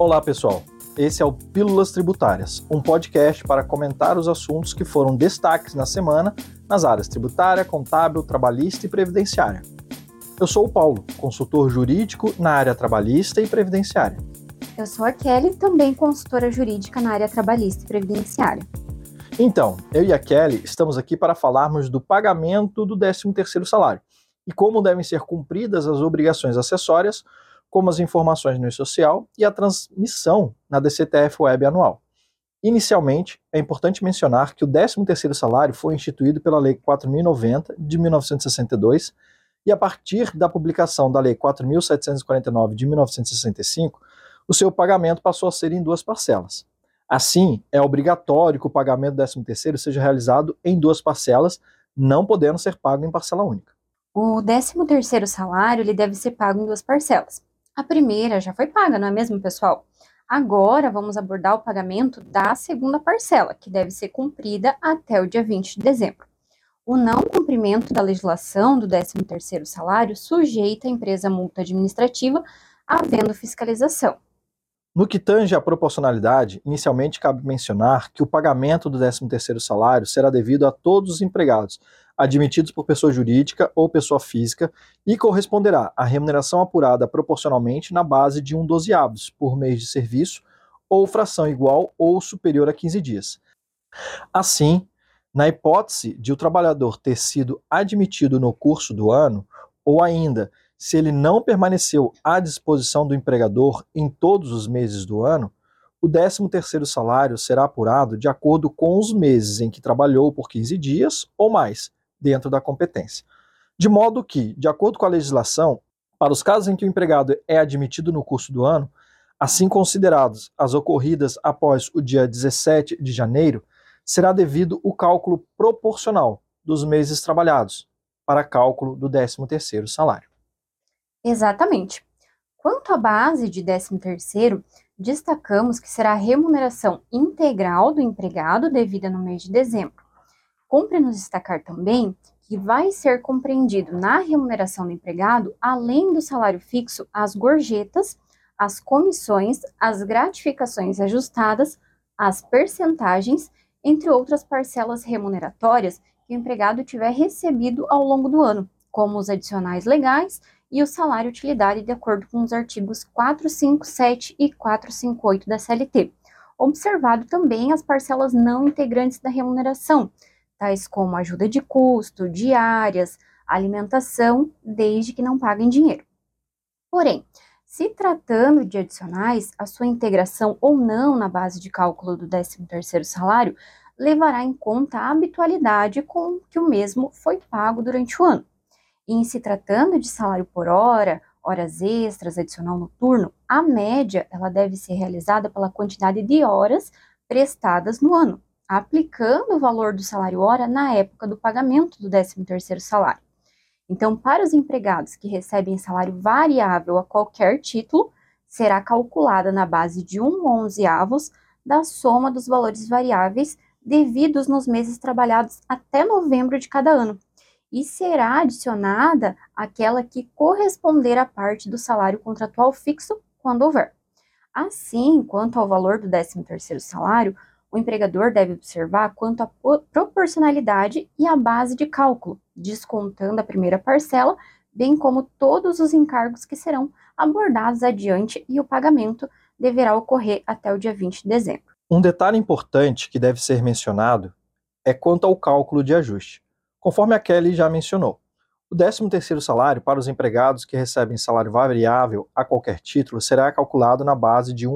Olá, pessoal. Esse é o Pílulas Tributárias, um podcast para comentar os assuntos que foram destaques na semana nas áreas tributária, contábil, trabalhista e previdenciária. Eu sou o Paulo, consultor jurídico na área trabalhista e previdenciária. Eu sou a Kelly, também consultora jurídica na área trabalhista e previdenciária. Então, eu e a Kelly estamos aqui para falarmos do pagamento do 13º salário e como devem ser cumpridas as obrigações acessórias, como as informações no e-social e a transmissão na DCTF Web anual. Inicialmente, é importante mencionar que o 13º salário foi instituído pela Lei 4.090, de 1962, e a partir da publicação da Lei 4.749, de 1965, o seu pagamento passou a ser em duas parcelas. Assim, é obrigatório que o pagamento do 13º seja realizado em duas parcelas, não podendo ser pago em parcela única. O 13º salário ele deve ser pago em duas parcelas. A primeira já foi paga, não é mesmo, pessoal? Agora vamos abordar o pagamento da segunda parcela, que deve ser cumprida até o dia 20 de dezembro. O não cumprimento da legislação do 13º salário sujeita a empresa a multa administrativa, havendo fiscalização. No que tange à proporcionalidade, inicialmente cabe mencionar que o pagamento do 13º salário será devido a todos os empregados, admitidos por pessoa jurídica ou pessoa física, e corresponderá à remuneração apurada proporcionalmente na base de 1/12 por mês de serviço, ou fração igual ou superior a 15 dias. Assim, na hipótese de o trabalhador ter sido admitido no curso do ano, ou ainda se ele não permaneceu à disposição do empregador em todos os meses do ano, o 13º salário será apurado de acordo com os meses em que trabalhou por 15 dias ou mais, dentro da competência. De modo que, de acordo com a legislação, para os casos em que o empregado é admitido no curso do ano, assim considerados as ocorridas após o dia 17 de janeiro, será devido o cálculo proporcional dos meses trabalhados para cálculo do 13º salário. Exatamente. Quanto à base de 13º, destacamos que será a remuneração integral do empregado devida no mês de dezembro. Cumpre-nos destacar também que vai ser compreendido na remuneração do empregado, além do salário fixo, as gorjetas, as comissões, as gratificações ajustadas, as percentagens, entre outras parcelas remuneratórias que o empregado tiver recebido ao longo do ano, como os adicionais legais e o salário utilidade de acordo com os artigos 457 e 458 da CLT. Observado também as parcelas não integrantes da remuneração, tais como ajuda de custo, diárias, alimentação, desde que não paguem dinheiro. Porém, se tratando de adicionais, a sua integração ou não na base de cálculo do 13º salário levará em conta a habitualidade com que o mesmo foi pago durante o ano. E em se tratando de salário por hora, horas extras, adicional noturno, a média ela deve ser realizada pela quantidade de horas prestadas no ano, aplicando o valor do salário hora na época do pagamento do 13º salário. Então, para os empregados que recebem salário variável a qualquer título, será calculada na base de 1/11 da soma dos valores variáveis devidos nos meses trabalhados até novembro de cada ano, e será adicionada aquela que corresponder à parte do salário contratual fixo, quando houver. Assim, quanto ao valor do 13º salário, o empregador deve observar quanto à proporcionalidade e a base de cálculo, descontando a primeira parcela, bem como todos os encargos que serão abordados adiante, e o pagamento deverá ocorrer até o dia 20 de dezembro. Um detalhe importante que deve ser mencionado é quanto ao cálculo de ajuste. Conforme a Kelly já mencionou, o 13º salário para os empregados que recebem salário variável a qualquer título será calculado na base de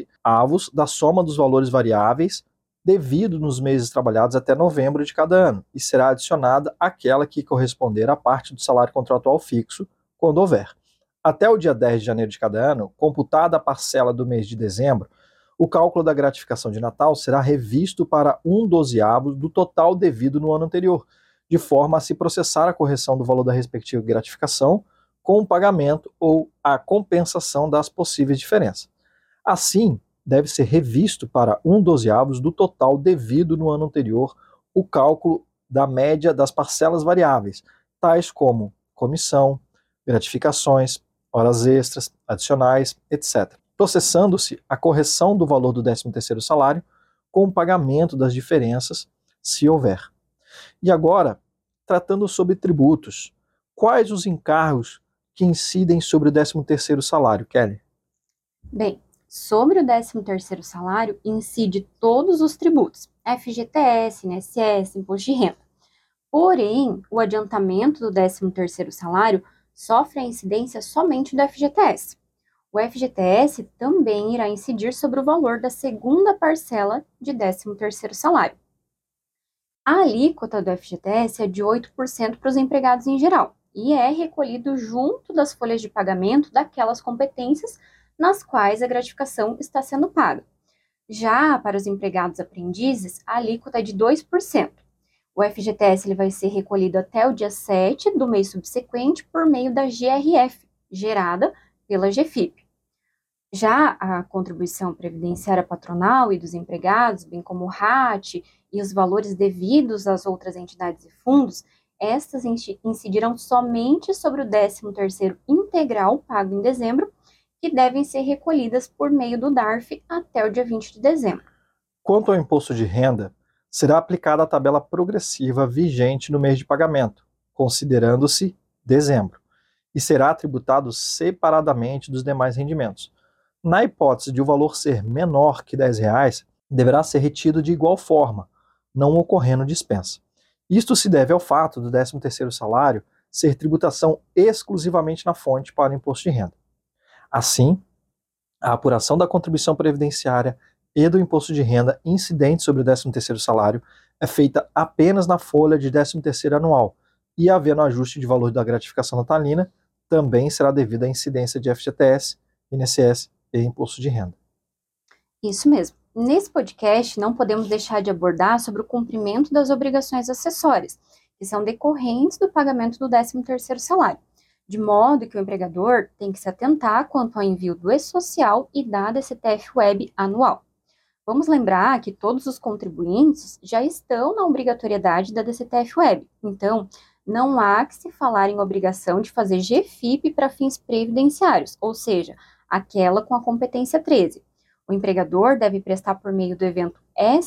1/11 da soma dos valores variáveis devido nos meses trabalhados até novembro de cada ano, e será adicionada aquela que corresponder à parte do salário contratual fixo, quando houver. Até o dia 10 de janeiro de cada ano, computada a parcela do mês de dezembro, o cálculo da gratificação de Natal será revisto para 1/12 do total devido no ano anterior, de forma a se processar a correção do valor da respectiva gratificação com o pagamento ou a compensação das possíveis diferenças. Assim, deve ser revisto para 1/12 do total devido no ano anterior o cálculo da média das parcelas variáveis, tais como comissão, gratificações, horas extras, adicionais, etc. processando-se a correção do valor do 13º salário com o pagamento das diferenças, se houver. E agora, tratando sobre tributos, quais os encargos que incidem sobre o 13º salário, Kelly? Bem, sobre o 13º salário incide todos os tributos, FGTS, INSS, Imposto de Renda. Porém, o adiantamento do 13º salário sofre a incidência somente do FGTS. O FGTS também irá incidir sobre o valor da segunda parcela de 13º salário. A alíquota do FGTS é de 8% para os empregados em geral e é recolhido junto das folhas de pagamento daquelas competências nas quais a gratificação está sendo paga. Já para os empregados aprendizes, a alíquota é de 2%. O FGTS ele vai ser recolhido até o dia 7 do mês subsequente por meio da GRF, gerada pela GFIP. Já a contribuição previdenciária patronal e dos empregados, bem como o RAT e os valores devidos às outras entidades e fundos, estas incidirão somente sobre o 13º integral pago em dezembro, que devem ser recolhidas por meio do DARF até o dia 20 de dezembro. Quanto ao imposto de renda, será aplicada a tabela progressiva vigente no mês de pagamento, considerando-se dezembro, e será tributado separadamente dos demais rendimentos. Na hipótese de o valor ser menor que R$10, deverá ser retido de igual forma, não ocorrendo dispensa. Isto se deve ao fato do 13º salário ser tributação exclusivamente na fonte para o imposto de renda. Assim, a apuração da contribuição previdenciária e do imposto de renda incidente sobre o 13º salário é feita apenas na folha de 13º anual e, havendo ajuste de valor da gratificação natalina, também será devida a incidência de FGTS, INSS e imposto de renda. Isso mesmo. Nesse podcast, não podemos deixar de abordar sobre o cumprimento das obrigações acessórias, que são decorrentes do pagamento do 13º salário, de modo que o empregador tem que se atentar quanto ao envio do E-Social e da DCTF Web anual. Vamos lembrar que todos os contribuintes já estão na obrigatoriedade da DCTF Web, então não há que se falar em obrigação de fazer GFIP para fins previdenciários, ou seja, aquela com a competência 13. O empregador deve prestar por meio do evento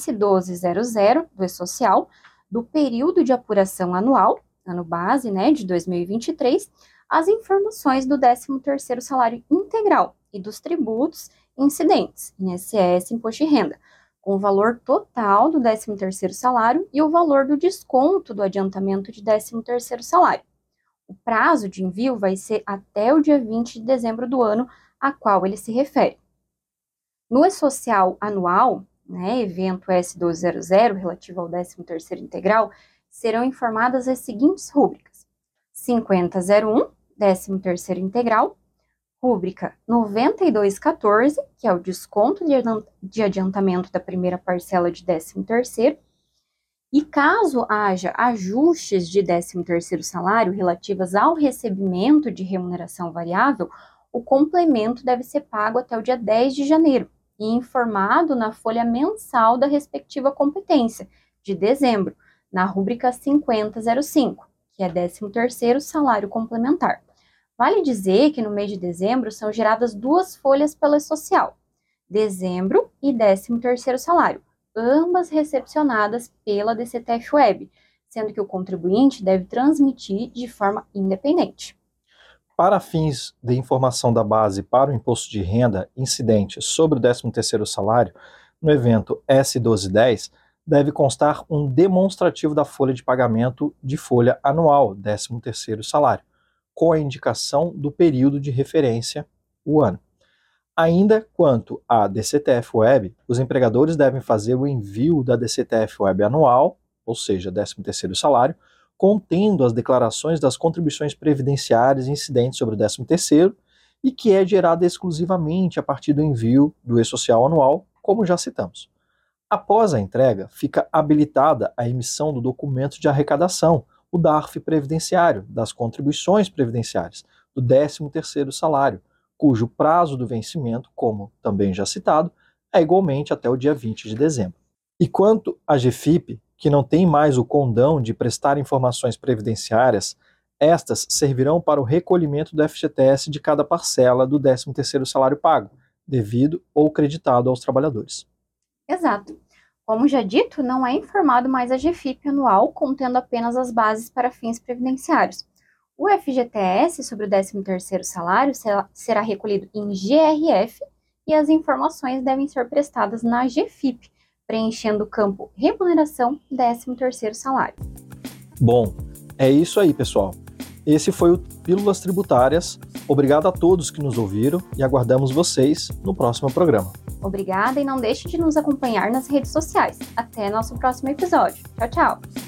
S1200 do E-Social, do período de apuração anual, ano base, de 2023, as informações do 13º salário integral e dos tributos incidentes, INSS, Imposto de Renda, com o valor total do 13º salário e o valor do desconto do adiantamento de 13º salário. O prazo de envio vai ser até o dia 20 de dezembro do ano a qual ele se refere. No E-Social anual, evento S1200, relativo ao 13º integral, serão informadas as seguintes rúbricas: 5001, 13º integral, rúbrica 9214, que é o desconto de adiantamento da primeira parcela de 13º, e caso haja ajustes de 13º salário relativas ao recebimento de remuneração variável, o complemento deve ser pago até o dia 10 de janeiro e informado na folha mensal da respectiva competência, de dezembro, na rúbrica 5005, que é 13º salário complementar. Vale dizer que no mês de dezembro são geradas duas folhas pela E-Social, dezembro e 13º salário, ambas recepcionadas pela DCTF Web, sendo que o contribuinte deve transmitir de forma independente. Para fins de informação da base para o imposto de renda incidente sobre o 13º salário, no evento S1210, deve constar um demonstrativo da folha de pagamento de folha anual, 13º salário, com a indicação do período de referência, o ano. Ainda quanto à DCTF Web, os empregadores devem fazer o envio da DCTF Web anual, ou seja, 13º salário, contendo as declarações das contribuições previdenciárias incidentes sobre o 13º e que é gerada exclusivamente a partir do envio do E-Social anual, como já citamos. Após a entrega, fica habilitada a emissão do documento de arrecadação, o DARF previdenciário, das contribuições previdenciárias, do 13º salário, cujo prazo do vencimento, como também já citado, é igualmente até o dia 20 de dezembro. E quanto à GFIP, que não tem mais o condão de prestar informações previdenciárias, estas servirão para o recolhimento do FGTS de cada parcela do 13º salário pago, devido ou creditado aos trabalhadores. Exato. Como já dito, não é informado mais a GFIP anual, contendo apenas as bases para fins previdenciários. O FGTS sobre o 13º salário será recolhido em GRF e as informações devem ser prestadas na GFIP, preenchendo o campo remuneração 13º salário. Bom, é isso aí, pessoal. Esse foi o Pílulas Tributárias. Obrigado a todos que nos ouviram e aguardamos vocês no próximo programa. Obrigada e não deixe de nos acompanhar nas redes sociais. Até nosso próximo episódio. Tchau, tchau!